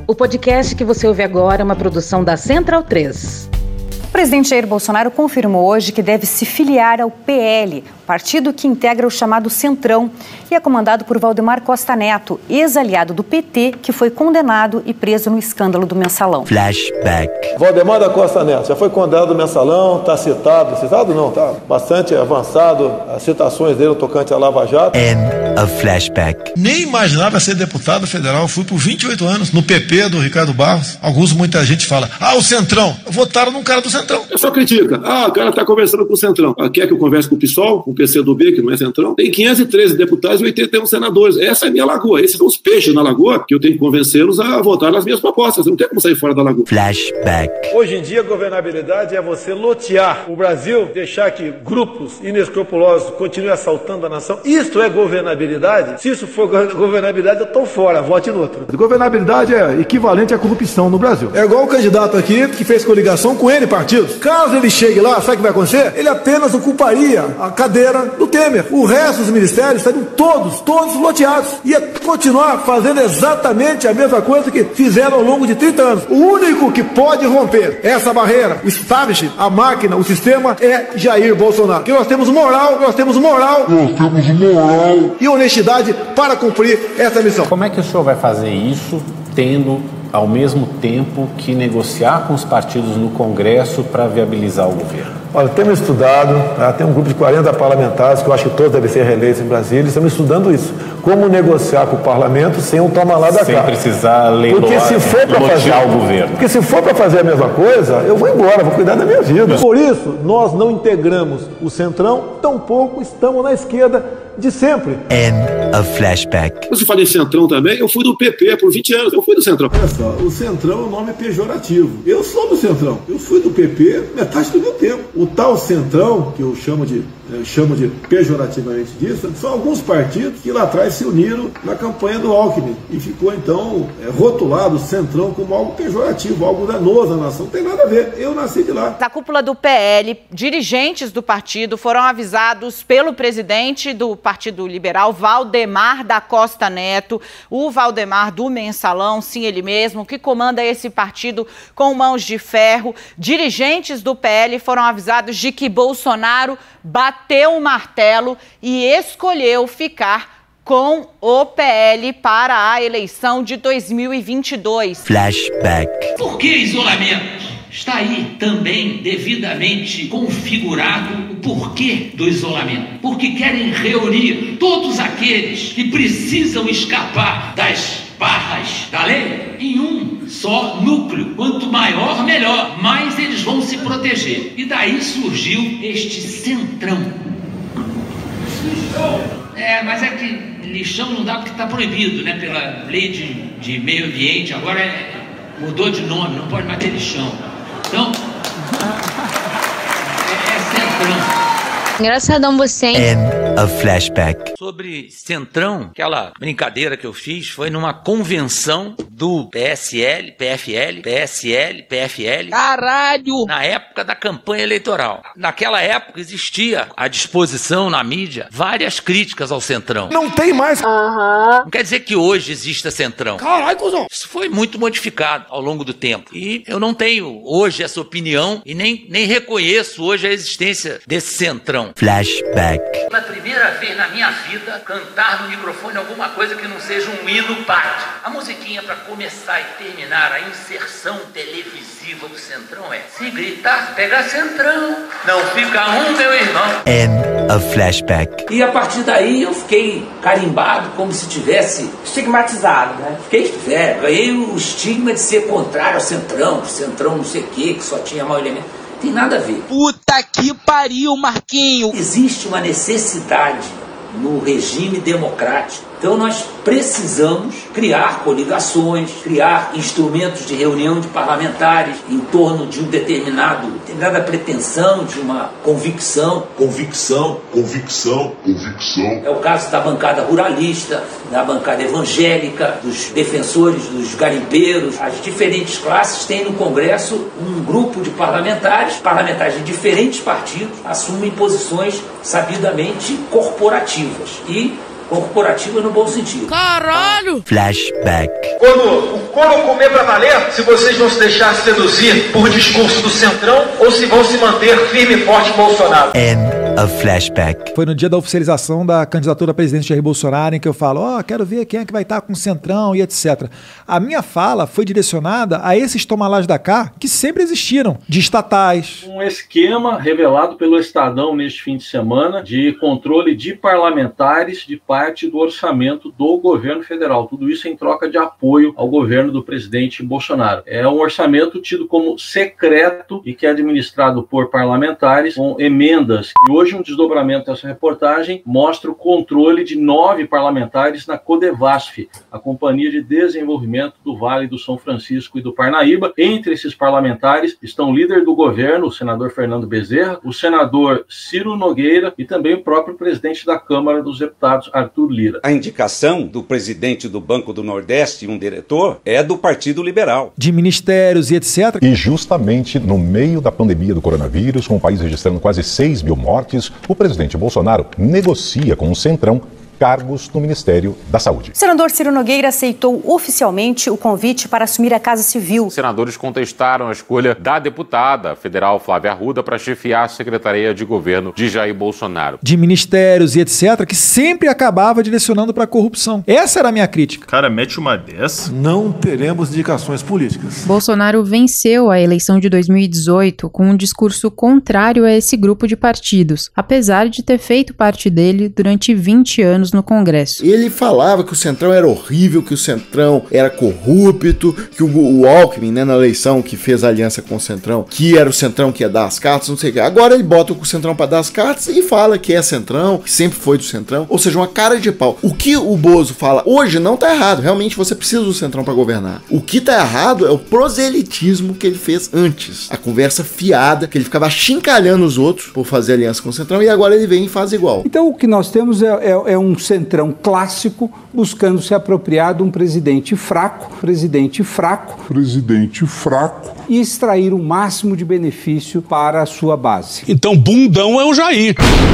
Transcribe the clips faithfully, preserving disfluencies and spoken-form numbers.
O podcast que você ouve agora é uma produção da Central três. O presidente Jair Bolsonaro confirmou hoje que deve se filiar ao P L, partido que integra o chamado Centrão, e é comandado por Valdemar Costa Neto, ex-aliado do P T, que foi condenado e preso no escândalo do Mensalão. Flashback. Valdemar da Costa Neto já foi condenado do Mensalão, está citado, citado não, está bastante avançado as citações dele tocante à Lava Jato. End of flashback. Nem imaginava ser deputado federal, fui por vinte e oito anos no P P do Ricardo Barros. Alguns, muita gente fala, ah, o Centrão, votaram num cara do Centrão. É só critica, ah, o cara está conversando com o Centrão. Ah, quer que eu converse com o PSOL, com o P C do B, que não é Centrão? Tem quinhentos e treze deputados e oitenta e um senadores. Essa é a minha lagoa. Esses são os peixes na lagoa que eu tenho que convencê-los a votar nas minhas propostas. Eu não tenho como sair fora da lagoa. Flashback. Hoje em dia, governabilidade é você lotear o Brasil, deixar que grupos inescrupulosos continuem assaltando a nação. Isto é governabilidade? Se isso for governabilidade, eu estou fora, vote no outro. Governabilidade é equivalente à corrupção no Brasil. É igual o candidato aqui que fez coligação com N partidos. Caso ele chegue lá, sabe o que vai acontecer? Ele apenas ocuparia a cadeira do Temer. O resto dos ministérios estariam todos, todos loteados. Ia continuar fazendo exatamente a mesma coisa que fizeram ao longo de trinta anos. O único que pode romper essa barreira, o establishment, a máquina, o sistema, é Jair Bolsonaro. Porque nós temos moral, nós temos moral, nós temos moral e honestidade para cumprir essa missão. Como é que o senhor vai fazer isso tendo, ao mesmo tempo, que negociar com os partidos no Congresso para viabilizar o governo? Olha, temos estudado, tá? Tem um grupo de quarenta parlamentares, que eu acho que todos devem ser reeleitos em Brasília, estamos estudando isso. Como negociar com o parlamento sem um toma lá da sem cá. Sem precisar leiloar, porque se for para fazer o governo. Porque se for para fazer a mesma coisa, eu vou embora, vou cuidar da minha vida. Por isso, nós não integramos o Centrão, tampouco estamos na esquerda de sempre. End of flashback. Você fala em Centrão também, eu fui do P P por vinte anos, eu fui do Centrão. Olha só, o Centrão é um nome pejorativo. Eu sou do Centrão, eu fui do P P metade do meu tempo. O tal Centrão, que eu chamo de, eu chamo de pejorativamente disso, são alguns partidos que lá atrás se uniram na campanha do Alckmin e ficou então é, rotulado o Centrão como algo pejorativo, algo danoso à nação. Não tem nada a ver, eu nasci de lá. Da cúpula do P L, dirigentes do partido foram avisados pelo presidente do Partido Liberal, Valdemar da Costa Neto, o Valdemar do Mensalão, sim, ele mesmo, que comanda esse partido com mãos de ferro. Dirigentes do P L foram avisados de que Bolsonaro bateu o martelo e escolheu ficar com o P L para a eleição de dois mil e vinte e dois. Flashback. Por que isolamento? Está aí também devidamente configurado o porquê do isolamento. Porque querem reunir todos aqueles que precisam escapar das barras da lei em um só núcleo. Quanto maior, melhor. Mais eles vão se proteger. E daí surgiu este Centrão. É, mas é que lixão não dá porque está proibido, né? Pela lei de, de meio ambiente. Agora é, mudou de nome, não pode mais ter lixão. Então, é, é Centrão. Engraçadão você, hein? End of flashback. Sobre Centrão, aquela brincadeira que eu fiz foi numa convenção do P S L, P F L, P S L, P F L. Caralho! Na época da campanha eleitoral. Naquela época existia à disposição na mídia várias críticas ao Centrão. Não tem mais. Aham. Não quer dizer que hoje exista Centrão. Caralho, cuzão. Isso foi muito modificado ao longo do tempo. E eu não tenho hoje essa opinião e nem, nem reconheço hoje a existência desse Centrão. Flashback. Pela primeira vez na minha vida, cantar no microfone alguma coisa que não seja um hino pátrio. A musiquinha para começar e terminar a inserção televisiva do Centrão é: se gritar, pega Centrão, não fica um, meu irmão. End of flashback. E a partir daí eu fiquei carimbado como se tivesse estigmatizado, né? Fiquei, é, ganhei o estigma de ser contrário ao Centrão, Centrão não sei o que, que só tinha mau elemento. Tem nada a ver. Puta que pariu, Marquinho! Existe uma necessidade no regime democrático. Então nós precisamos criar coligações, criar instrumentos de reunião de parlamentares em torno de um determinado, determinada pretensão, de uma convicção. Convicção, convicção, convicção. É o caso da bancada ruralista, da bancada evangélica, dos defensores dos garimpeiros. As diferentes classes têm no Congresso um grupo de parlamentares, parlamentares de diferentes partidos, assumem posições sabidamente corporativas. E corporativa no bom sentido. Caralho! Flashback. Quando o couro comer pra valer, se vocês vão se deixar seduzir por discurso do Centrão ou se vão se manter firme e forte Bolsonaro. End of Flashback. Foi no dia da oficialização da candidatura a presidente Jair Bolsonaro em que eu falo, ó, oh, quero ver quem é que vai estar com o Centrão e etcétera. A minha fala foi direcionada a esses tomalás da cá que sempre existiram, de estatais. Um esquema revelado pelo Estadão neste fim de semana de controle de parlamentares de parte do orçamento do governo federal. Tudo isso em troca de apoio ao governo do presidente Bolsonaro. É um orçamento tido como secreto e que é administrado por parlamentares com emendas. E hoje um desdobramento dessa reportagem mostra o controle de nove parlamentares na Codevasf, a Companhia de Desenvolvimento do Vale do São Francisco e do Parnaíba. Entre esses parlamentares estão o líder do governo, o senador Fernando Bezerra, o senador Ciro Nogueira e também o próprio presidente da Câmara dos Deputados, Arthur Lira. A indicação do presidente do Banco do Nordeste, um diretor, é do Partido Liberal. De ministérios e etcétera. E justamente no meio da pandemia do coronavírus, com o país registrando quase seis mil mortes, o presidente Bolsonaro negocia com o Centrão cargos no Ministério da Saúde. O senador Ciro Nogueira aceitou oficialmente o convite para assumir a Casa Civil. Os senadores contestaram a escolha da deputada federal Flávia Arruda para chefiar a Secretaria de Governo de Jair Bolsonaro. De ministérios e etcétera, que sempre acabava direcionando para a corrupção. Essa era a minha crítica. Cara, mete uma dessa. Não teremos indicações políticas. Bolsonaro venceu a eleição de dois mil e dezoito com um discurso contrário a esse grupo de partidos, apesar de ter feito parte dele durante vinte anos no Congresso. Ele falava que o Centrão era horrível, que o Centrão era corrupto, que o, o Alckmin, né, na eleição que fez aliança com o Centrão, que era o Centrão que ia dar as cartas, não sei o que. Agora ele bota o Centrão para dar as cartas e fala que é Centrão, que sempre foi do Centrão, ou seja, uma cara de pau. O que o Bozo fala hoje não tá errado, realmente você precisa do Centrão para governar. O que tá errado é o proselitismo que ele fez antes, a conversa fiada, que ele ficava achincalhando os outros por fazer aliança com o Centrão e agora ele vem e faz igual. Então o que nós temos é, é, é um Centrão clássico buscando se apropriar de um presidente fraco, presidente fraco, presidente fraco e extrair o máximo de benefício para a sua base. Então bundão é o Jair.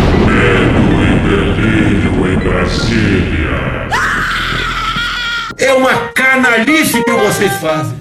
Medo e delírio em Brasília. É uma canalice que vocês fazem.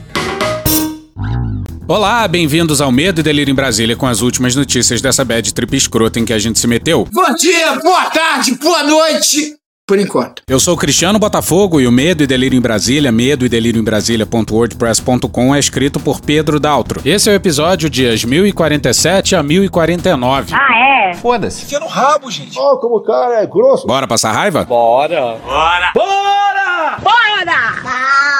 Olá, bem-vindos ao Medo e Delírio em Brasília com as últimas notícias dessa bad trip escrota em que a gente se meteu. Bom dia, boa tarde, boa noite, por enquanto. Eu sou o Cristiano Botafogo e o Medo e Delírio em Brasília, medo e delírio em Brasília ponto wordpress ponto com é escrito por Pedro Daltro. Esse é o episódio dias mil e quarenta e sete a mil e quarenta e nove. Ah, é? Foda-se. Enfia no rabo, gente. Ó, oh, como o cara é grosso. Bora passar raiva? Bora. Bora. Bora. Bora!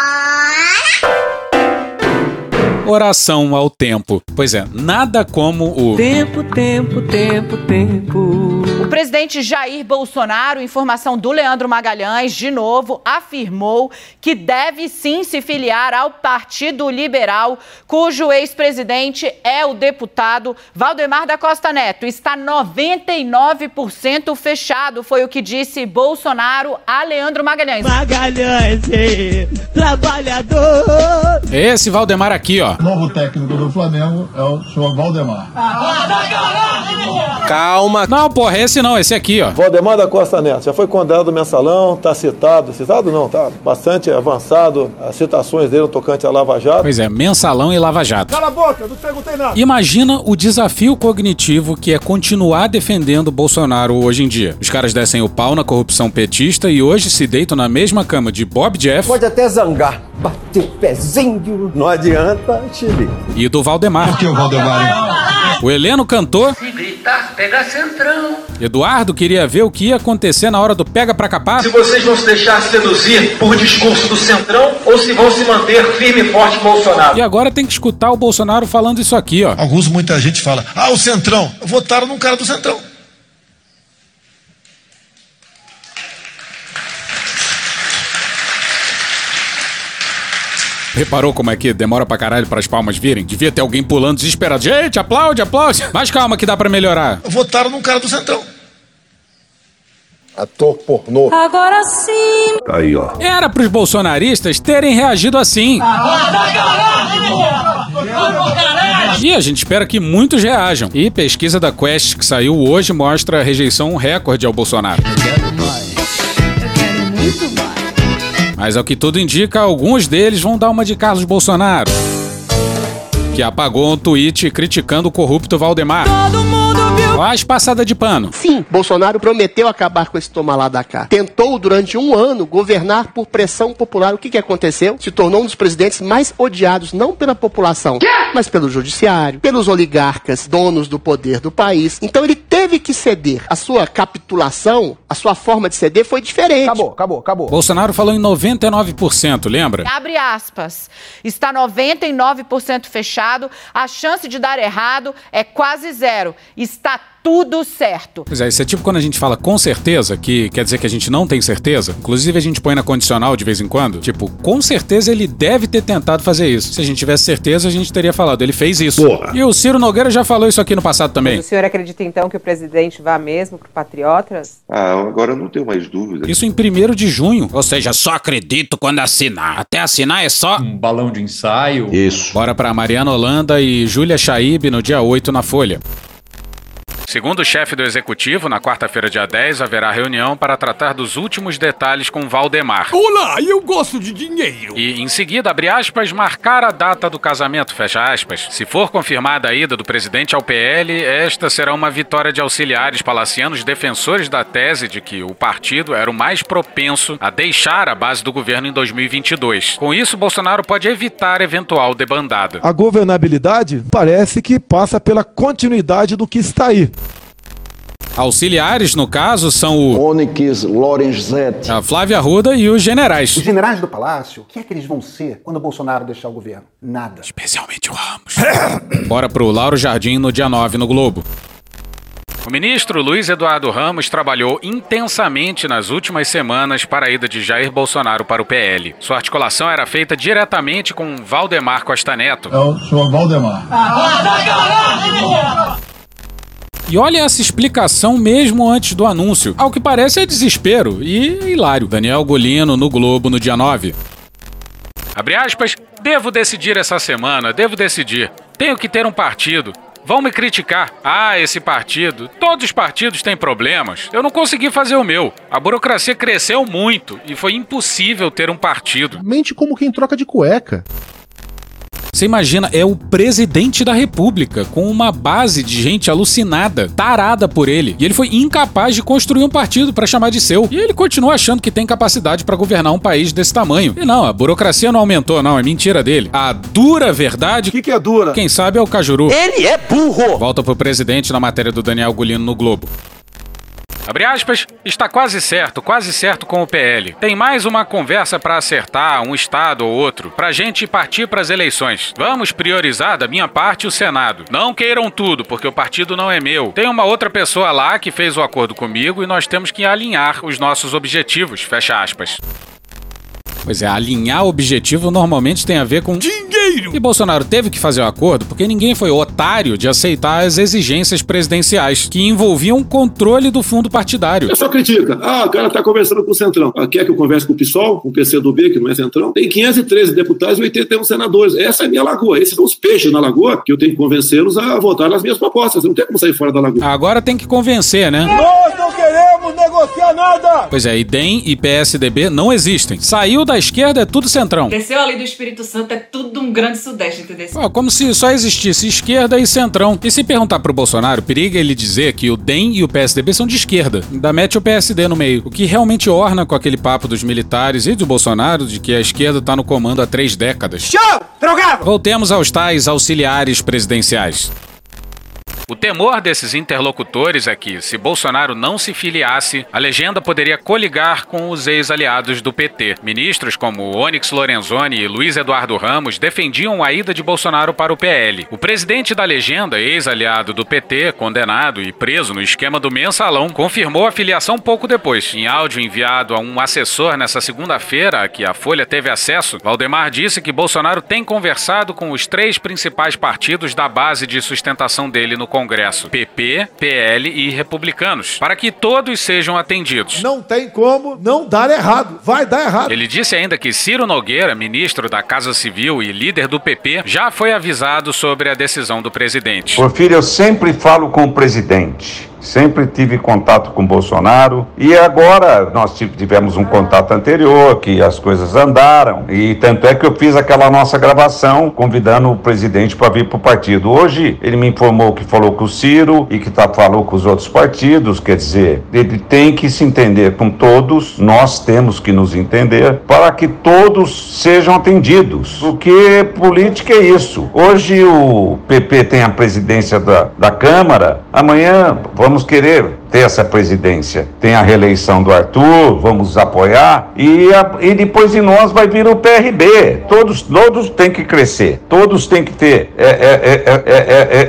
Oração ao tempo. Pois é, nada como o... Tempo, tempo, tempo, tempo. O presidente Jair Bolsonaro, informação do Leandro Magalhães, de novo, afirmou que deve sim se filiar ao Partido Liberal, cujo ex-presidente é o deputado Valdemar da Costa Neto. Está noventa e nove por cento fechado, foi o que disse Bolsonaro a Leandro Magalhães. Magalhães, trabalhador. Esse Valdemar aqui, ó. O novo técnico do Flamengo é o senhor Valdemar. Calma. Não, porra, esse não, esse aqui, ó. Valdemar da Costa Neto, já foi condenado no mensalão, tá citado, citado não, tá bastante avançado, as citações dele no tocante a Lava Jato. Pois é, mensalão e Lava Jato. Cala a boca, não perguntei nada. Imagina o desafio cognitivo que é continuar defendendo Bolsonaro hoje em dia. Os caras descem o pau na corrupção petista e hoje se deitam na mesma cama de Bob Jeff. Pode até zangar, bater o pezinho, não adianta, Chile. E do Valdemar. Por que o Valdemar? O Heleno cantou. Se gritar, pega Centrão. Eduardo queria ver o que ia acontecer na hora do pega pra capar. Se vocês vão se deixar seduzir por discurso do Centrão ou se vão se manter firme e forte Bolsonaro. E agora tem que escutar o Bolsonaro falando isso aqui, ó. Alguns, muita gente fala, ah, o Centrão, votaram num cara do Centrão. Reparou como é que demora pra caralho pras palmas virem? Devia ter alguém pulando desesperado. Gente, aplaude, aplaude. Mas calma que dá pra melhorar. Votaram num cara do Centrão. Ator pornô. Agora sim. Aí, ó. Era pros bolsonaristas terem reagido assim. E a gente espera que muitos reajam. E pesquisa da Quest que saiu hoje mostra a rejeição recorde ao Bolsonaro. muito mais. Mas ao que tudo indica, alguns deles vão dar uma de Carlos Bolsonaro, que apagou um tweet criticando o corrupto Valdemar. Todo mundo viu. Faz passada de pano. Sim, Bolsonaro prometeu acabar com esse toma lá da cá. Tentou durante um ano governar por pressão popular. O que que aconteceu? Se tornou um dos presidentes mais odiados, não pela população, Quê? mas pelo judiciário, pelos oligarcas, donos do poder do país. Então ele teve que ceder. A sua capitulação, a sua forma de ceder foi diferente. Acabou, acabou, acabou. Bolsonaro falou em noventa e nove por cento, lembra? Abre aspas. Está noventa e nove por cento fechado, a chance de dar errado é quase zero. Está tudo certo. Pois é, isso é tipo quando a gente fala com certeza, que quer dizer que a gente não tem certeza. Inclusive a gente põe na condicional de vez em quando. Tipo, com certeza ele deve ter tentado fazer isso. Se a gente tivesse certeza, a gente teria falado, ele fez isso. Porra. E o Ciro Nogueira já falou isso aqui no passado também. Mas o senhor acredita então que o presidente vá mesmo pro Patriotas? Ah, agora eu não tenho mais dúvida. Isso em primeiro de junho. Ou seja, só acredito quando assinar. Até assinar é só... um balão de ensaio. Isso. Bora pra Mariana Holanda e Júlia Chaib no dia oito na Folha. Segundo o chefe do executivo, na quarta-feira, dia dez, haverá reunião para tratar dos últimos detalhes com Valdemar. Olá, eu gosto de dinheiro. E, em seguida, abre aspas, marcar a data do casamento, fecha aspas. Se for confirmada a ida do presidente ao P L, esta será uma vitória de auxiliares palacianos defensores da tese de que o partido era o mais propenso a deixar a base do governo em dois mil e vinte e dois. Com isso, Bolsonaro pode evitar eventual debandada. A governabilidade parece que passa pela continuidade do que está aí. Auxiliares, no caso, são o Onyx Lorenzetti, a Flávia Arruda e os generais. Os generais do Palácio, o que é que eles vão ser quando o Bolsonaro deixar o governo? Nada. Especialmente o Ramos. Bora pro Lauro Jardim no dia nove no Globo. O ministro Luiz Eduardo Ramos trabalhou intensamente nas últimas semanas para a ida de Jair Bolsonaro para o P L. Sua articulação era feita diretamente com Valdemar Costa Neto. É o senhor Valdemar. E olha essa explicação mesmo antes do anúncio. Ao que parece é desespero e hilário. Daniel Golino no Globo no dia nove. Abre aspas, devo decidir essa semana, devo decidir. Tenho que ter um partido. Vão me criticar. Ah, esse partido. Todos os partidos têm problemas. Eu não consegui fazer o meu. A burocracia cresceu muito e foi impossível ter um partido. Mente como quem troca de cueca. Você imagina, é o presidente da República, com uma base de gente alucinada, tarada por ele. E ele foi incapaz de construir um partido para chamar de seu. E ele continua achando que tem capacidade para governar um país desse tamanho. E não, a burocracia não aumentou, não, é mentira dele. A dura verdade... O que, que é dura? Quem sabe é o Cajuru. Ele é burro! Volta pro presidente na matéria do Daniel Golino no Globo. Abre aspas, está quase certo, quase certo com o P L. Tem mais uma conversa para acertar, um estado ou outro, pra gente partir pras eleições. Vamos priorizar da minha parte o Senado. Não queiram tudo, porque o partido não é meu. Tem uma outra pessoa lá que fez o acordo comigo e nós temos que alinhar os nossos objetivos, fecha aspas. Pois é, alinhar objetivo normalmente tem a ver com dinheiro. E Bolsonaro teve que fazer o acordo porque ninguém foi otário de aceitar as exigências presidenciais que envolviam o controle do fundo partidário. É só critica. Ah, o cara tá conversando com o Centrão. Ah, quer que eu converse com o PSOL, com o P C do B, que não é Centrão? Tem quinhentos e treze deputados e oitenta e um senadores. Essa é a minha lagoa. Esses são os peixes na lagoa que eu tenho que convencê-los a votar nas minhas propostas. Não tem como sair fora da lagoa. Agora tem que convencer, né? Nós não queremos negociar nada! Pois é, e D E M e P S D B não existem. Saiu da esquerda é tudo Centrão. Desceu ali do Espírito Santo é tudo um grande sudeste, entendeu? Ah, como se só existisse esquerda e Centrão. E se perguntar pro Bolsonaro, periga ele dizer que o D E M e o P S D B são de esquerda. Ainda mete o P S D no meio. O que realmente orna com aquele papo dos militares e do Bolsonaro de que a esquerda tá no comando há três décadas. Show! Drogado! Voltemos aos tais auxiliares presidenciais. O temor desses interlocutores é que, se Bolsonaro não se filiasse, a legenda poderia coligar com os ex-aliados do P T. Ministros como Onyx Lorenzoni e Luiz Eduardo Ramos defendiam a ida de Bolsonaro para o P L. O presidente da legenda, ex-aliado do P T, condenado e preso no esquema do Mensalão, confirmou a filiação pouco depois. Em áudio enviado a um assessor nessa segunda-feira, a que a Folha teve acesso, Valdemar disse que Bolsonaro tem conversado com os três principais partidos da base de sustentação dele no Congresso, P P, P L e Republicanos, para que todos sejam atendidos. Não tem como não dar errado. Vai dar errado. Ele disse ainda que Ciro Nogueira, ministro da Casa Civil e líder do P P, já foi avisado sobre a decisão do presidente. Porfírio, eu sempre falo com o presidente. sempre tive contato com Bolsonaro e agora nós tivemos um contato anterior, que as coisas andaram, e tanto é que eu fiz aquela nossa gravação convidando o presidente para vir para o partido. Hoje ele me informou que falou com o Ciro e que tá, falou com os outros partidos, quer dizer, ele tem que se entender com todos, nós temos que nos entender para que todos sejam atendidos, porque política é isso. Hoje o P P tem a presidência da, da Câmara, amanhã vamos querer ter essa presidência. Tem a reeleição do Arthur, vamos apoiar, e, a, e depois de nós vai vir o P R B. Todos, todos têm que crescer, todos têm que ter é, é, é, é,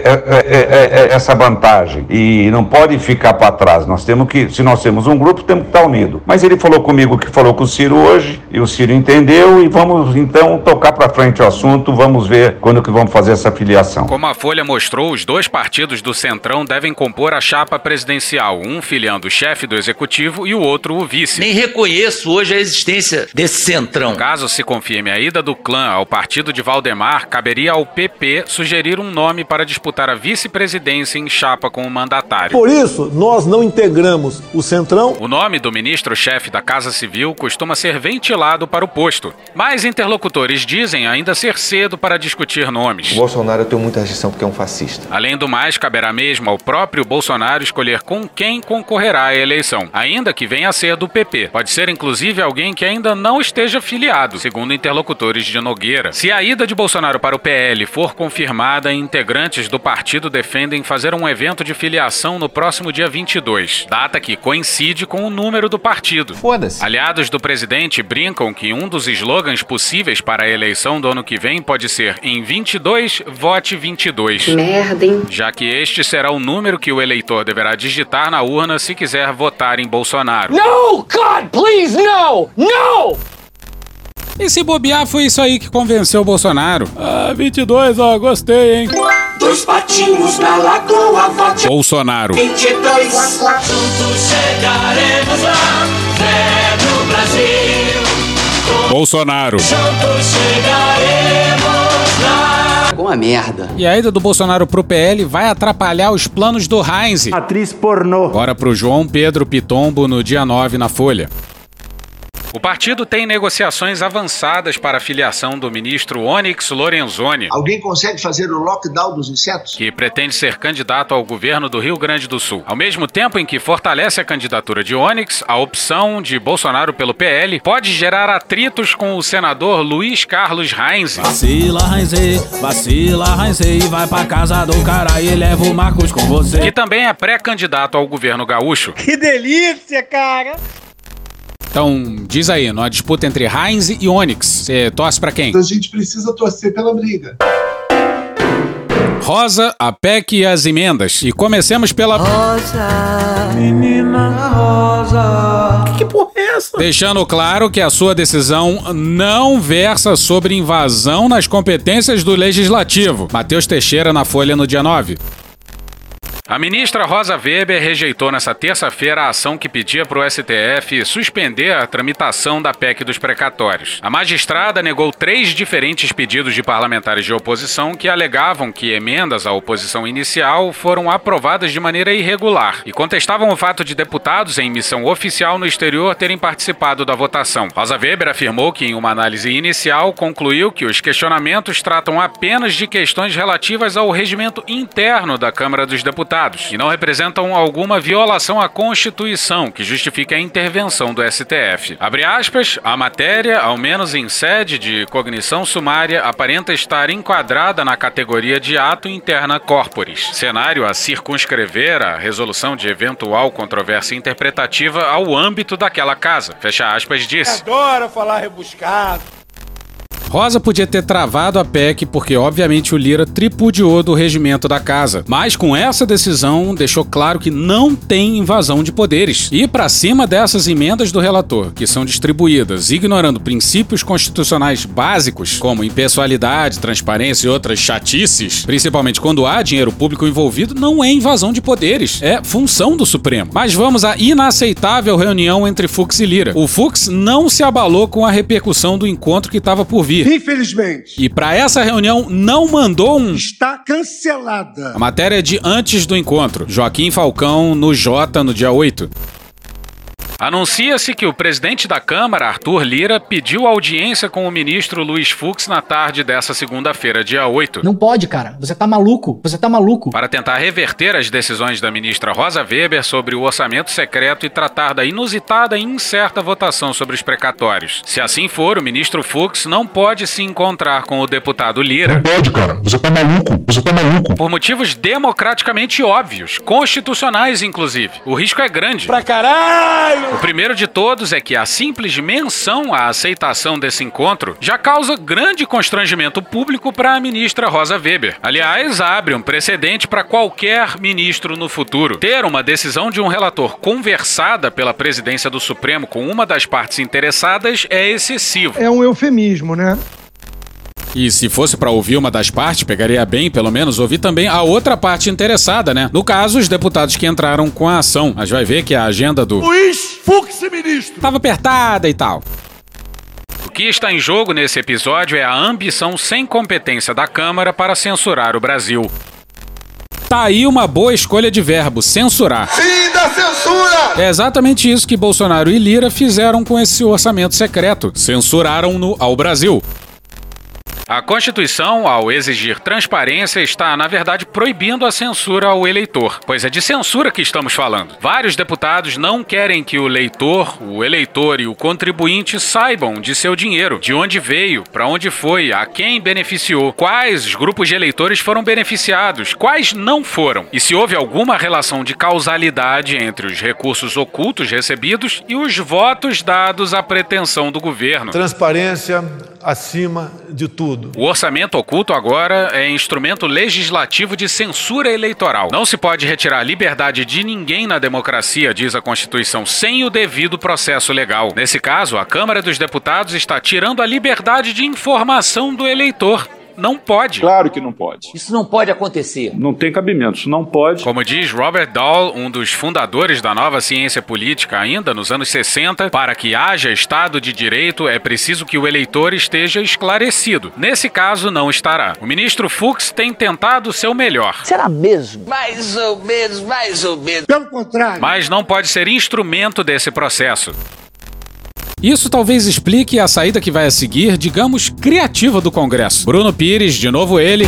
é, é, é, essa vantagem, e não pode ficar para trás. Nós temos que, se nós temos um grupo, temos que estar unidos. Mas ele falou comigo que falou com o Ciro hoje, e o Ciro entendeu, e vamos então tocar para frente o assunto, vamos ver quando que vamos fazer essa filiação. Como a Folha mostrou, os dois partidos do Centrão devem compor a chapa presidencial, um filiando o chefe do executivo e o outro o vice. Nem reconheço hoje a existência desse Centrão. Caso se confirme a ida do clã ao partido de Valdemar, caberia ao P P sugerir um nome para disputar a vice-presidência em chapa com o mandatário. Por isso, nós não integramos o Centrão. O nome do ministro-chefe da Casa Civil costuma ser ventilado para o posto, mas interlocutores dizem ainda ser cedo para discutir nomes. O Bolsonaro tem muita rejeição porque é um fascista. Além do mais, caberá mesmo ao próprio Bolsonaro escolher com quem quem concorrerá à eleição, ainda que venha a ser do P P. Pode ser inclusive alguém que ainda não esteja filiado, segundo interlocutores de Nogueira. Se a ida de Bolsonaro para o P L for confirmada, integrantes do partido defendem fazer um evento de filiação no próximo dia vinte e dois, data que coincide com o número do partido. Foda-se. Aliados do presidente brincam que um dos slogans possíveis para a eleição do ano que vem pode ser: em vinte e dois, vote vinte e dois. Merda, hein? Já que este será o número que o eleitor deverá digitar na urna se quiser votar em Bolsonaro. No, God, please, no! No! E se bobear, foi isso aí que convenceu o Bolsonaro. Ah, vinte e dois, ó, gostei, hein? Dois patinhos na lagoa, vote Bolsonaro. vinte e dois. Juntos chegaremos lá, fé no Brasil. Bolsonaro. Juntos chegaremos lá. Uma merda. E a ida do Bolsonaro pro P L vai atrapalhar os planos do Heinz. Atriz pornô. Bora pro João Pedro Pitombo no dia nove na Folha. O partido tem negociações avançadas para a filiação do ministro Onyx Lorenzoni. Alguém consegue fazer o lockdown dos insetos? Que pretende ser candidato ao governo do Rio Grande do Sul. Ao mesmo tempo em que fortalece a candidatura de Onyx, a opção de Bolsonaro pelo P L pode gerar atritos com o senador Luiz Carlos Heinz. Vacila, Heinz, vacila, Heinz, vai pra casa do cara e leva o Marcos com você. Que também é pré-candidato ao governo gaúcho. Que delícia, cara! Então, diz aí, numa disputa entre Heinz e Onyx, você torce pra quem? A gente precisa torcer pela briga. Rosa, a P E C e as emendas. E comecemos pela... Rosa, menina Rosa. Que porra é essa? Deixando claro que a sua decisão não versa sobre invasão nas competências do Legislativo. Matheus Teixeira na Folha no dia nove. A ministra Rosa Weber rejeitou nesta terça-feira a ação que pedia para o S T F suspender a tramitação da P E C dos precatórios. A magistrada negou três diferentes pedidos de parlamentares de oposição que alegavam que emendas à oposição inicial foram aprovadas de maneira irregular e contestavam o fato de deputados em missão oficial no exterior terem participado da votação. Rosa Weber afirmou que, em uma análise inicial, concluiu que os questionamentos tratam apenas de questões relativas ao regimento interno da Câmara dos Deputados e não representam alguma violação à Constituição que justifique a intervenção do S T F. Abre aspas, a matéria, ao menos em sede de cognição sumária, aparenta estar enquadrada na categoria de ato interna corporis, cenário a circunscrever a resolução de eventual controvérsia interpretativa ao âmbito daquela casa. Fecha aspas, disse. Adoro falar rebuscado. Rosa podia ter travado a P E C porque, obviamente, o Lira tripudiou do regimento da casa. Mas, com essa decisão, deixou claro que não tem invasão de poderes. E, para cima dessas emendas do relator, que são distribuídas ignorando princípios constitucionais básicos, como impessoalidade, transparência e outras chatices, principalmente quando há dinheiro público envolvido, não é invasão de poderes, é função do Supremo. Mas vamos à inaceitável reunião entre Fux e Lira. O Fux não se abalou com a repercussão do encontro que estava por vir. Infelizmente. E para essa reunião não mandou um... Está cancelada. A matéria é de antes do encontro. Joaquim Falcão no Jota no dia oito. Anuncia-se que o presidente da Câmara, Arthur Lira, pediu audiência com o ministro Luiz Fux na tarde dessa segunda-feira, dia oito. Não pode, cara. Você tá maluco. Você tá maluco. Para tentar reverter as decisões da ministra Rosa Weber sobre o orçamento secreto e tratar da inusitada e incerta votação sobre os precatórios. Se assim for, o ministro Fux não pode se encontrar com o deputado Lira. Não pode, cara. Você tá maluco. Você tá maluco. Por motivos democraticamente óbvios, constitucionais inclusive. O risco é grande. Pra caralho! O primeiro de todos é que a simples menção à aceitação desse encontro já causa grande constrangimento público para a ministra Rosa Weber. Aliás, abre um precedente para qualquer ministro no futuro. Ter uma decisão de um relator conversada pela presidência do Supremo com uma das partes interessadas é excessivo. É um eufemismo, né? E se fosse para ouvir uma das partes, pegaria bem, pelo menos, ouvir também a outra parte interessada, né? No caso, os deputados que entraram com a ação. Mas vai ver que a agenda do Luiz Fux, ministro, tava apertada e tal. O que está em jogo nesse episódio é a ambição sem competência da Câmara para censurar o Brasil. Tá aí uma boa escolha de verbo, censurar. Fim da censura! É exatamente isso que Bolsonaro e Lira fizeram com esse orçamento secreto. Censuraram-no ao Brasil. A Constituição, ao exigir transparência, está, na verdade, proibindo a censura ao eleitor, pois é de censura que estamos falando. Vários deputados não querem que o leitor, o eleitor e o contribuinte saibam de seu dinheiro, de onde veio, para onde foi, a quem beneficiou, quais grupos de eleitores foram beneficiados, quais não foram, e se houve alguma relação de causalidade entre os recursos ocultos recebidos e os votos dados à pretensão do governo. Transparência acima de tudo. O orçamento oculto agora é instrumento legislativo de censura eleitoral. Não se pode retirar a liberdade de ninguém na democracia, diz a Constituição, sem o devido processo legal. Nesse caso, a Câmara dos Deputados está tirando a liberdade de informação do eleitor. Não pode. Claro que não pode. Isso não pode acontecer. Não tem cabimento, isso não pode. Como diz Robert Dahl, um dos fundadores da nova ciência política ainda nos anos sessenta, para que haja Estado de Direito é preciso que o eleitor esteja esclarecido. Nesse caso, não estará. O ministro Fux tem tentado o seu melhor. Será mesmo? Mais ou menos, mais ou menos. Pelo contrário. Mas não pode ser instrumento desse processo. Isso talvez explique a saída que vai a seguir, digamos, criativa do Congresso. Bruno Pires, de novo ele,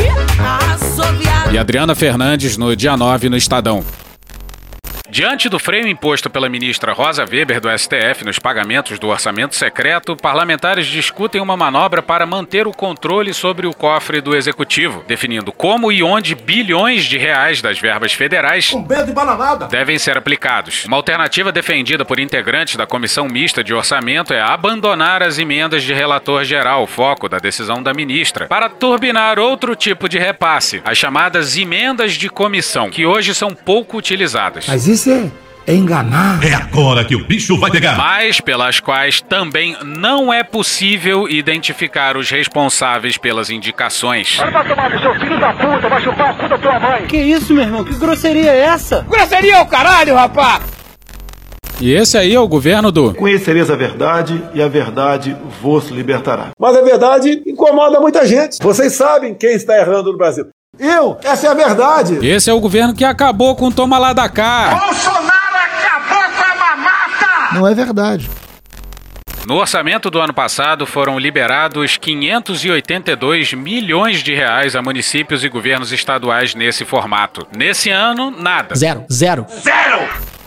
e Adriana Fernandes no dia nove no Estadão. Diante do freio imposto pela ministra Rosa Weber do S T F nos pagamentos do orçamento secreto, parlamentares discutem uma manobra para manter o controle sobre o cofre do Executivo, definindo como e onde bilhões de reais das verbas federais devem ser aplicados. Uma alternativa defendida por integrantes da Comissão Mista de Orçamento é abandonar as emendas de relator geral, foco da decisão da ministra, para turbinar outro tipo de repasse, as chamadas emendas de comissão, que hoje são pouco utilizadas. Mas isso é, é enganar. É agora que o bicho vai pegar. Mas pelas quais também não é possível identificar os responsáveis pelas indicações. Vai tomar no seu filho da puta, vai chupar a puta da tua mãe. Que isso, meu irmão? Que grosseria é essa? Grosseria é o caralho, rapaz! E esse aí é o governo do... Conhecereis a verdade e a verdade vos libertará. Mas a verdade incomoda muita gente. Vocês sabem quem está errando no Brasil. Eu, essa é a verdade. Esse é o governo que acabou com o toma lá da cá. Bolsonaro acabou com a mamata. Não é verdade. No orçamento do ano passado foram liberados quinhentos e oitenta e dois milhões de reais a municípios e governos estaduais nesse formato. Nesse ano, nada. Zero, zero. Zero!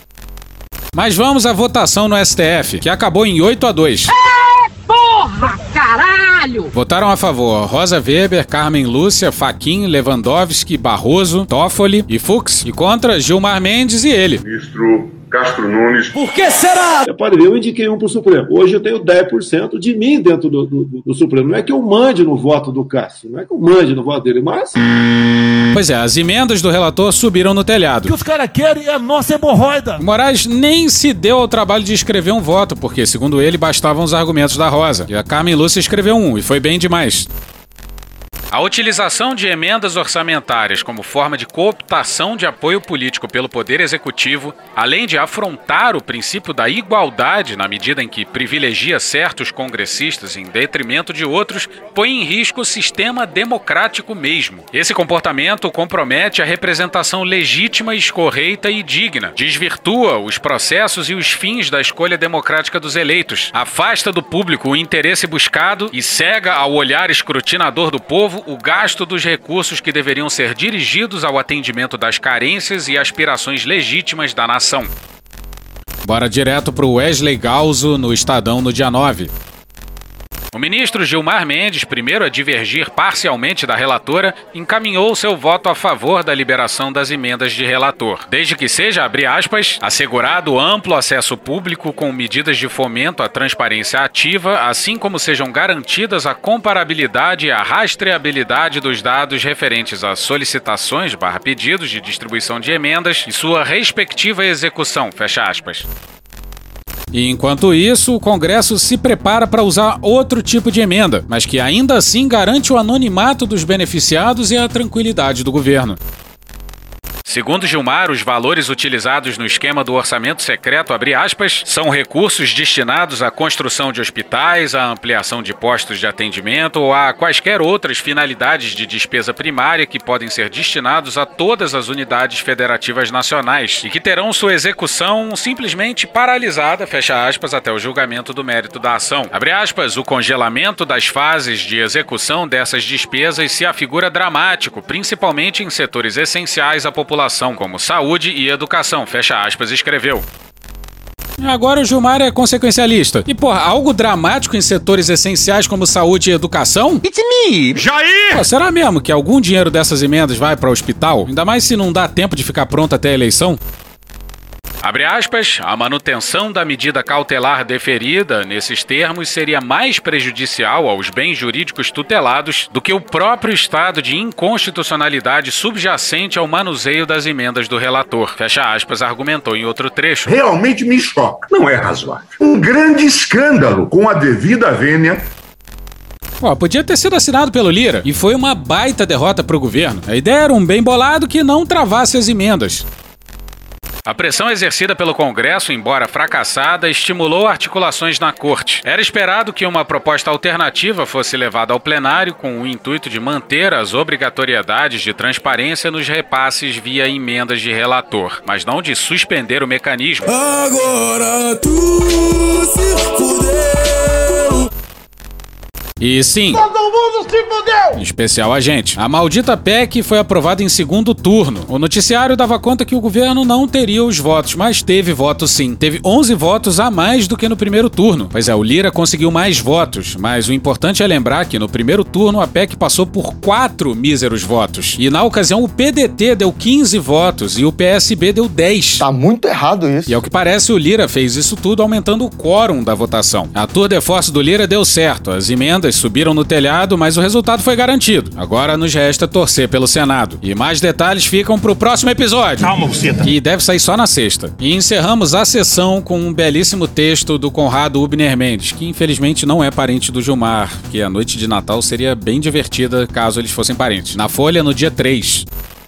Mas vamos à votação no S T F, que acabou em oito a dois. Porra, caralho! Votaram a favor Rosa Weber, Carmen Lúcia, Fachin, Lewandowski, Barroso, Toffoli e Fux. E contra Gilmar Mendes e ele. Ministro Castro Nunes. Por que será? Você pode ver, eu indiquei um para o Supremo. Hoje eu tenho dez por cento de mim dentro do, do, do Supremo. Não é que eu mande no voto do Cássio, não é que eu mande no voto dele, mas... Pois é, as emendas do relator subiram no telhado. O que os caras querem é a nossa hemorroida. O Moraes nem se deu ao trabalho de escrever um voto, porque, segundo ele, bastavam os argumentos da Rosa. E a Carmen Lúcia escreveu um, e foi bem demais. A utilização de emendas orçamentárias como forma de cooptação de apoio político pelo Poder Executivo, além de afrontar o princípio da igualdade na medida em que privilegia certos congressistas em detrimento de outros, põe em risco o sistema democrático mesmo. Esse comportamento compromete a representação legítima, escorreita e digna, desvirtua os processos e os fins da escolha democrática dos eleitos, afasta do público o interesse buscado e cega ao olhar escrutinador do povo o gasto dos recursos que deveriam ser dirigidos ao atendimento das carências e aspirações legítimas da nação. Bora direto pro Wesley Galzo no Estadão no dia nove. O ministro Gilmar Mendes, primeiro a divergir parcialmente da relatora, encaminhou seu voto a favor da liberação das emendas de relator, desde que seja, abre aspas, assegurado amplo acesso público com medidas de fomento à transparência ativa, assim como sejam garantidas a comparabilidade e a rastreabilidade dos dados referentes a solicitações barra pedidos de distribuição de emendas e sua respectiva execução, fecha aspas. E enquanto isso, o Congresso se prepara para usar outro tipo de emenda, mas que ainda assim garante o anonimato dos beneficiados e a tranquilidade do governo. Segundo Gilmar, os valores utilizados no esquema do orçamento secreto, abre aspas, são recursos destinados à construção de hospitais, à ampliação de postos de atendimento ou a quaisquer outras finalidades de despesa primária que podem ser destinados a todas as unidades federativas nacionais e que terão sua execução simplesmente paralisada, fecha aspas, até o julgamento do mérito da ação. Abre aspas, o congelamento das fases de execução dessas despesas se afigura dramático, principalmente em setores essenciais à população, como saúde e educação, fecha aspas, escreveu. Agora o Gilmar é consequencialista. E, porra, algo dramático em setores essenciais como saúde e educação? It's me! Jair! Pô, será mesmo que algum dinheiro dessas emendas vai para o hospital? Ainda mais se não dá tempo de ficar pronto até a eleição? Abre aspas, a manutenção da medida cautelar deferida, nesses termos, seria mais prejudicial aos bens jurídicos tutelados do que o próprio estado de inconstitucionalidade subjacente ao manuseio das emendas do relator. Fecha aspas, argumentou em outro trecho. Realmente me choca. Não é razoável. Um grande escândalo com a devida vênia. Pô, podia ter sido assinado pelo Lira, e foi uma baita derrota pro governo. A ideia era um bem bolado que não travasse as emendas. A pressão exercida pelo Congresso, embora fracassada, estimulou articulações na Corte. Era esperado que uma proposta alternativa fosse levada ao plenário com o intuito de manter as obrigatoriedades de transparência nos repasses via emendas de relator, mas não de suspender o mecanismo. Agora tu se fudeu. E sim, todo mundo se fudeu! em especial a gente. A maldita P E C foi aprovada em segundo turno. O noticiário dava conta que o governo não teria os votos, mas teve voto sim. Teve onze votos a mais do que no primeiro turno. Pois é, o Lira conseguiu mais votos, mas o importante é lembrar que no primeiro turno a P E C passou por quatro míseros votos. E na ocasião o P D T deu quinze votos e o P S B deu dez. Tá muito errado isso. E ao que parece o Lira fez isso tudo aumentando o quórum da votação. A tour de force do Lira deu certo. As emendas subiram no telhado, mas o resultado foi garantido. Agora nos resta torcer pelo Senado. E mais detalhes ficam pro próximo episódio. Calma, buceta. Que deve sair só na sexta. E encerramos a sessão com um belíssimo texto do Conrado Ubner Mendes, que infelizmente não é parente do Gilmar, que a noite de Natal seria bem divertida caso eles fossem parentes. Na Folha, no dia três.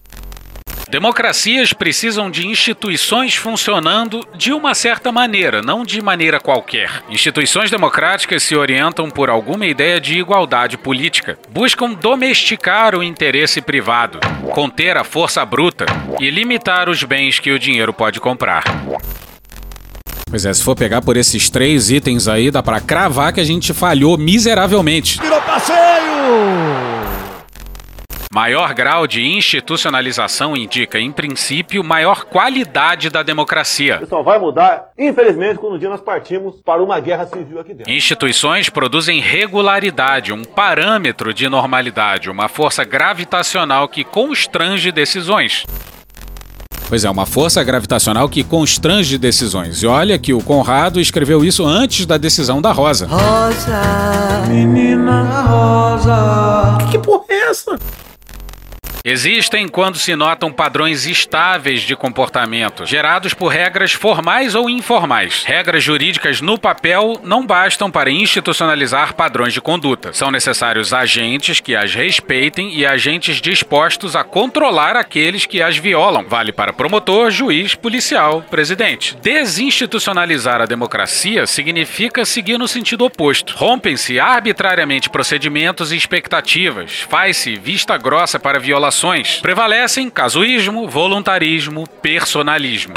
Democracias precisam de instituições funcionando de uma certa maneira, não de maneira qualquer. Instituições democráticas se orientam por alguma ideia de igualdade política. Buscam domesticar o interesse privado, conter a força bruta e limitar os bens que o dinheiro pode comprar. Pois é, se for pegar por esses três itens aí, dá pra cravar que a gente falhou miseravelmente. Virou passeio! Maior grau de institucionalização indica, em princípio, maior qualidade da democracia. Isso só vai mudar, infelizmente, quando um dia nós partimos para uma guerra civil aqui dentro. Instituições produzem regularidade, um parâmetro de normalidade, uma força gravitacional que constrange decisões. Pois é, uma força gravitacional que constrange decisões. E olha que o Conrado escreveu isso antes da decisão da Rosa. Rosa, menina Rosa. Que porra é essa? existem quando se notam padrões estáveis de comportamento, gerados por regras formais ou informais. Regras jurídicas no papel não bastam para institucionalizar padrões de conduta. São necessários agentes que as respeitem e agentes dispostos a controlar aqueles que as violam. Vale para promotor, juiz, policial, presidente. Desinstitucionalizar a democracia significa seguir no sentido oposto. Rompem-se arbitrariamente procedimentos e expectativas. Faz-se vista grossa para violações. Prevalecem casuísmo, voluntarismo, personalismo.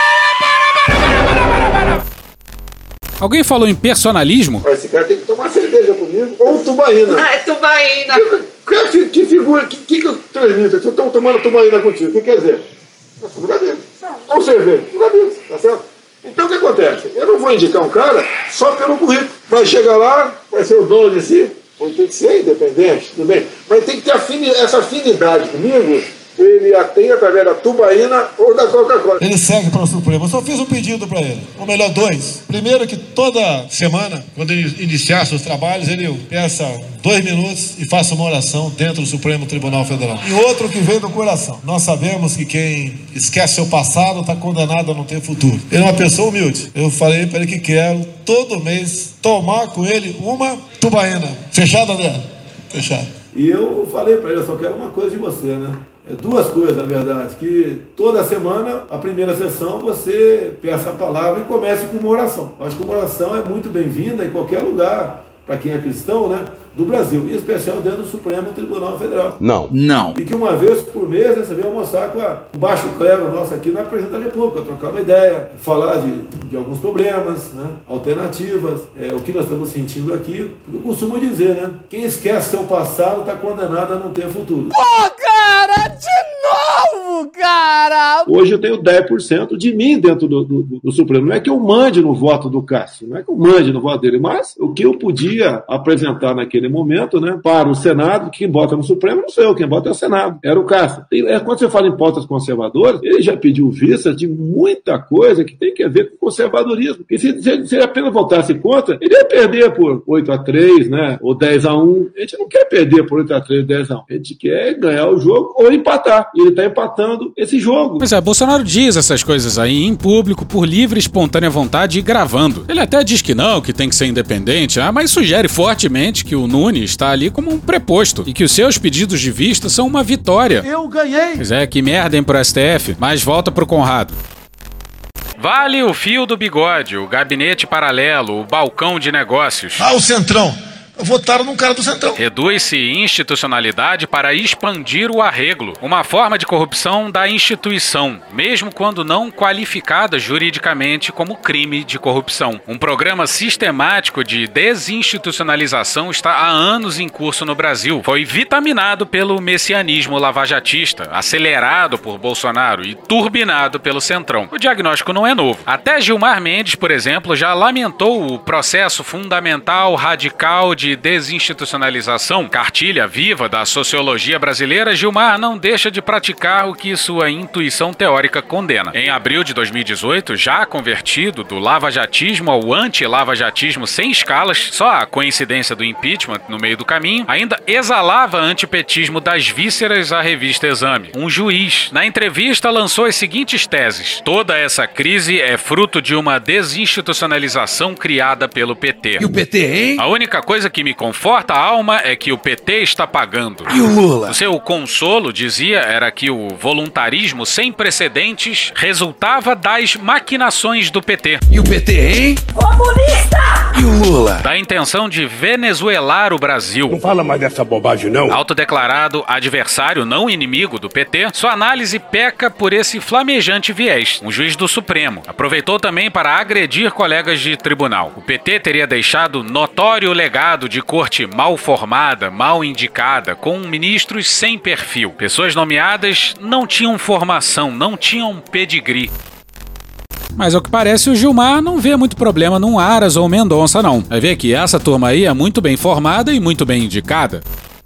Alguém falou em personalismo? Esse cara tem que tomar cerveja comigo ou tubaína. Ah, é tubaína. Que, que, que figura, que, que, que eu transmito? Se eu estou tomando tubaína contigo, o que quer dizer? Lugar dele. Ou cerveja, lugar dele, tá certo? Então o que acontece? Eu não vou indicar um cara só pelo currículo. Vai chegar lá, vai ser o dono de si, ou tem que ser independente, tudo bem. Mas tem que ter afini, essa afinidade comigo. Ele a tem através da tubaína ou da Coca-Cola. Ele segue para o Supremo. Eu só fiz um pedido para ele, ou melhor, dois. Primeiro, que toda semana, quando ele iniciar seus trabalhos, ele peça dois minutos e faça uma oração dentro do Supremo Tribunal Federal. E outro que vem do coração. Nós sabemos que quem esquece seu passado está condenado a não ter futuro. Ele é uma pessoa humilde. Eu falei para ele que quero, todo mês, tomar com ele uma tubaína. Fechado, André? Fechado. E eu falei para ele, eu só quero uma coisa de você, né? É duas coisas, na verdade, que toda semana, a primeira sessão, você peça a palavra e comece com uma oração. Acho que uma oração é muito bem-vinda em qualquer lugar, para quem é cristão, né, do Brasil, em especial dentro do Supremo Tribunal Federal. Não. Não. E que uma vez por mês, né, você vem almoçar com a, o baixo clero nosso aqui na Presidência da República, trocar uma ideia, falar de, de alguns problemas, né, alternativas, é, o que nós estamos sentindo aqui. Eu costumo dizer, né, quem esquece seu passado está condenado a não ter futuro. Pô, cara, de novo, cara! Hoje eu tenho dez por cento de mim dentro do, do, do Supremo. Não é que eu mande no voto do Cássio, não é que eu mande no voto dele, mas o que eu podia apresentar naquele momento, né, para o Senado, quem vota no Supremo não sou eu, quem vota é o Senado, era o Cássio. E, é, quando você fala em pautas conservadoras, ele já pediu vista de muita coisa que tem que ver com conservadorismo. E se, se, se ele apenas votasse contra, ele ia perder por oito a três, né, ou dez a um. A gente não quer perder por oito a três, dez a um. A gente quer ganhar o jogo ou empatar. E ele está empatando esse jogo. Pois é, Bolsonaro diz essas coisas aí em público por livre e espontânea vontade e gravando. Ele até diz que não, que tem que ser independente, ah, mas sugere fortemente que o Nunes está ali como um preposto e que os seus pedidos de vista são uma vitória. Eu ganhei! Pois é, que merda, hein, pro S T F. Mas volta pro Conrado. Vale o fio do bigode, o gabinete paralelo, o balcão de negócios. Ah, o Centrão. Votaram num cara do Centrão. Reduz-se institucionalidade para expandir o arreglo, uma forma de corrupção da instituição, mesmo quando não qualificada juridicamente como crime de corrupção. Um programa sistemático de desinstitucionalização está há anos em curso no Brasil. Foi vitaminado pelo messianismo lavajatista, acelerado por Bolsonaro e turbinado pelo Centrão. O diagnóstico não é novo. Até Gilmar Mendes, por exemplo, já lamentou o processo fundamental radical de de desinstitucionalização, cartilha viva da sociologia brasileira, Gilmar não deixa de praticar o que sua intuição teórica condena. Em abril de dois mil e dezoito, já convertido do lavajatismo ao anti-lavajatismo sem escalas, só a coincidência do impeachment no meio do caminho, ainda exalava antipetismo das vísceras à revista Exame. Um juiz, na entrevista, lançou as seguintes teses: toda essa crise é fruto de uma desinstitucionalização criada pelo P T. E o P T, hein? A única coisa que me conforta a alma é que o P T está pagando. E o Lula? O seu consolo, dizia, era que o voluntarismo sem precedentes resultava das maquinações do P T. E o P T, hein? Comunista! E o Lula? Da intenção de venezuelar o Brasil. Não fala mais dessa bobagem, não. Autodeclarado adversário, não inimigo do P T, sua análise peca por esse flamejante viés. Um juiz do Supremo aproveitou também para agredir colegas de tribunal. O P T teria deixado notório legado de corte mal formada, mal indicada, com ministros sem perfil. Pessoas nomeadas não tinham formação, não tinham pedigree. Mas ao que parece, o Gilmar não vê muito problema num Aras ou Mendonça, não. Vai ver que essa turma aí é muito bem formada e muito bem indicada.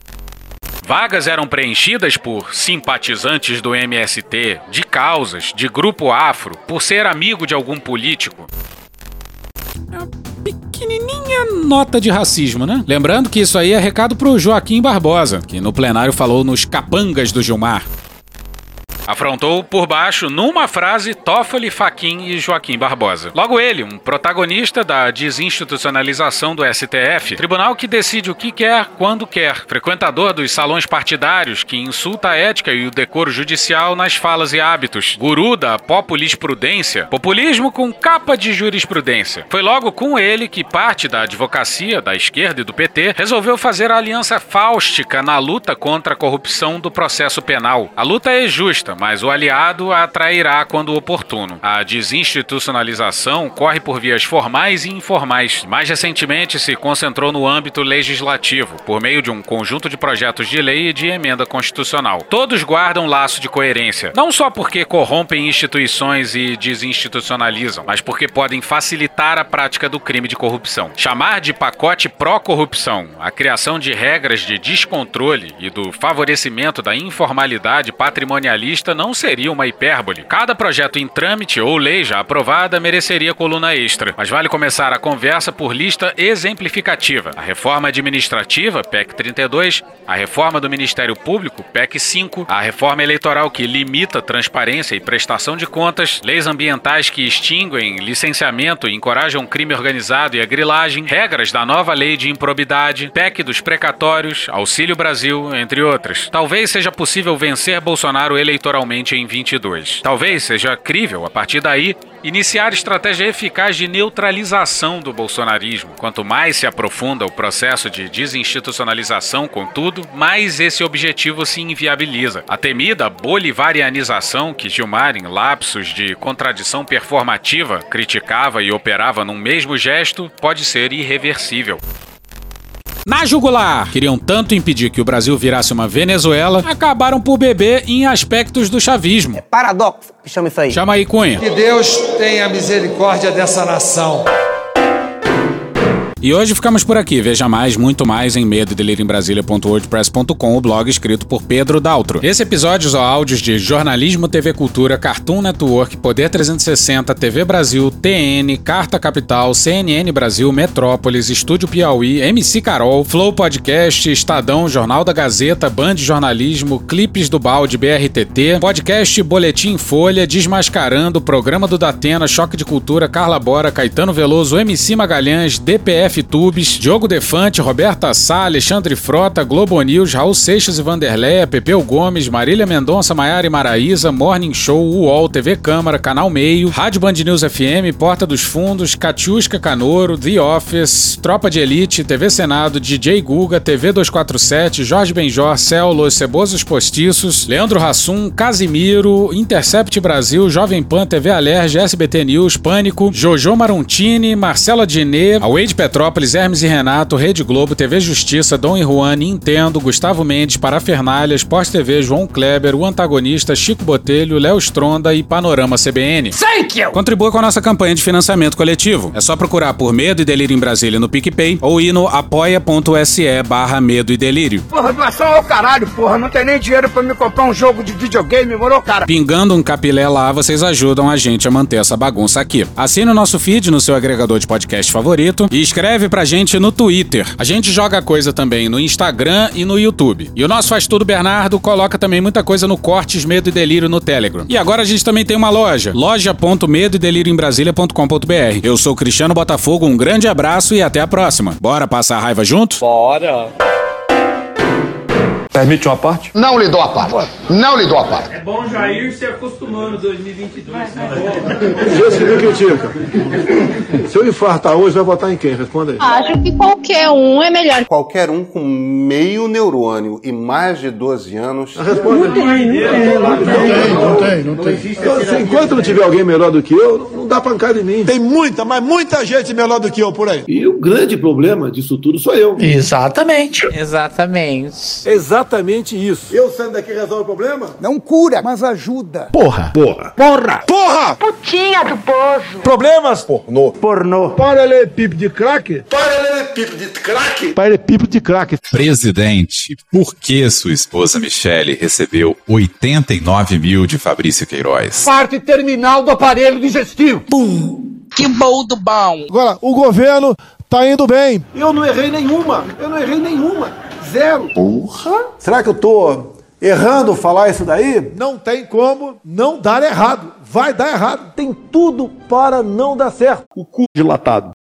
Vagas eram preenchidas por simpatizantes do M S T, de causas, de grupo afro, por ser amigo de algum político. É. pequenininha nota de racismo, né? Lembrando que isso aí é recado pro Joaquim Barbosa, que no plenário falou nos capangas do Gilmar. Afrontou por baixo, numa frase, Toffoli, Fachin e Joaquim Barbosa. Logo ele, um protagonista da desinstitucionalização do S T F, tribunal que decide o que quer, quando quer, frequentador dos salões partidários, que insulta a ética e o decoro judicial nas falas e hábitos, guru da populisprudência, populismo com capa de jurisprudência. Foi logo com ele que parte da advocacia, da esquerda e do P T, resolveu fazer a aliança fáustica na luta contra a corrupção do processo penal. A luta é justa, mas o aliado a atrairá quando oportuno. A desinstitucionalização corre por vias formais e informais. Mais recentemente se concentrou no âmbito legislativo, por meio de um conjunto de projetos de lei e de emenda constitucional. Todos guardam laço de coerência, não só porque corrompem instituições e desinstitucionalizam, mas porque podem facilitar a prática do crime de corrupção. Chamar de pacote pró-corrupção a criação de regras de descontrole e do favorecimento da informalidade patrimonialista não seria uma hipérbole. Cada projeto em trâmite ou lei já aprovada mereceria coluna extra, mas vale começar a conversa por lista exemplificativa. A reforma administrativa, P E C trinta e dois, a reforma do Ministério Público, P E C cinco, a reforma eleitoral que limita transparência e prestação de contas, leis ambientais que extinguem licenciamento e encorajam crime organizado e a grilagem, regras da nova lei de improbidade, P E C dos precatórios, Auxílio Brasil, entre outras. Talvez seja possível vencer Bolsonaro eleitoralmente em vinte e dois. Talvez seja crível, a partir daí, iniciar estratégia eficaz de neutralização do bolsonarismo. Quanto mais se aprofunda o processo de desinstitucionalização, contudo, mais esse objetivo se inviabiliza. A temida bolivarianização que Gilmar, em lapsos de contradição performativa, criticava e operava num mesmo gesto, pode ser irreversível. Na jugular! Queriam tanto impedir que o Brasil virasse uma Venezuela, acabaram por beber em aspectos do chavismo. É paradoxo que chama isso aí. Chama aí, Cunha. Que Deus tenha misericórdia dessa nação. E hoje ficamos por aqui. Veja mais, muito mais em medo e delírio em brasília ponto wordpress ponto com, o blog escrito por Pedro Daltro. Esse episódio usou áudios de Jornalismo, T V Cultura, Cartoon Network, Poder trezentos e sessenta, T V Brasil, T N, Carta Capital, C N N Brasil, Metrópolis, Estúdio Piauí, M C Carol, Flow Podcast, Estadão, Jornal da Gazeta, Band Jornalismo, Clipes do Balde, B R T T, Podcast Boletim Folha, Desmascarando, Programa do Datena, Choque de Cultura, Carla Bora, Caetano Veloso, M C Magalhães, D P F Tubes, Diogo Defante, Roberta Sá, Alexandre Frota, Globo News, Raul Seixas e Vanderleia, Pepeu Gomes, Marília Mendonça, Maiara e Maraíza, Morning Show, U O L, T V Câmara, Canal Meio, Rádio Band News F M, Porta dos Fundos, Catiusca Canoro, The Office, Tropa de Elite, T V Senado, D J Guga, T V duzentos e quarenta e sete, Jorge Benjor, Céu, Los Cebosos Postiços, Leandro Hassum, Casimiro, Intercept Brasil, Jovem Pan, T V Alerj, S B T News, Pânico, Jojo Marontini, Marcela Diné, Awade Petrópolis, Hermes e Renato, Rede Globo, T V Justiça, Dom e Juan, Nintendo, Gustavo Mendes, Parafernália, Sport T V, João Kleber, O Antagonista, Chico Botelho, Léo Stronda e Panorama C B N. Thank you! Contribua com a nossa campanha de financiamento coletivo. É só procurar por Medo e Delírio em Brasília no PicPay ou ir no apoia.se barra Medo e Delírio. Porra, doação ao caralho, porra. Não tem nem dinheiro pra me comprar um jogo de videogame, moro, cara? Pingando um capilé lá, vocês ajudam a gente a manter essa bagunça aqui. Assine o nosso feed no seu agregador de podcast favorito e escreve pra gente no Twitter. A gente joga coisa também no Instagram e no YouTube. E o nosso Faz Tudo Bernardo coloca também muita coisa no Cortes Medo e Delírio no Telegram. E agora a gente também tem uma loja, loja ponto medo e delírio em brasília ponto com ponto b r. Eu sou Cristiano Botafogo, um grande abraço e até a próxima. Bora passar a raiva junto? Bora! Permite uma parte? Não lhe dou a parte. Não lhe dou a parte. É bom já ir se acostumando dois mil e vinte e dois. Você me critica. Se eu infartar hoje, vai votar em quem? Responda aí. Acho que qualquer um é melhor. Qualquer um com meio neurônio e mais de doze anos... Responda. Não tem, não tem, não tem. Não tem. Então, enquanto não tiver alguém melhor do que eu, não dá pancada em mim. Tem muita, mas muita gente melhor do que eu por aí. E o grande problema disso tudo sou eu. Exatamente. Exatamente. Exatamente. Exatamente isso. Eu saindo daqui resolve o problema? Não cura, mas ajuda. Porra. Porra. Porra. Porra. Putinha do poço. Problemas? Pornô. Pornô. Paralelepípedo de crack? Paralelepípedo de crack? Paralelepípedo de crack. Presidente, por que sua esposa Michele recebeu oitenta e nove mil de Fabrício Queiroz? Parte terminal do aparelho digestivo. Pum. Que boldo bom. Agora, o governo tá indo bem. Eu não errei nenhuma. Eu não errei nenhuma. Zero. Porra. Será que eu tô errando falar isso daí? Não tem como não dar errado. Vai dar errado. Tem tudo para não dar certo. O cu dilatado.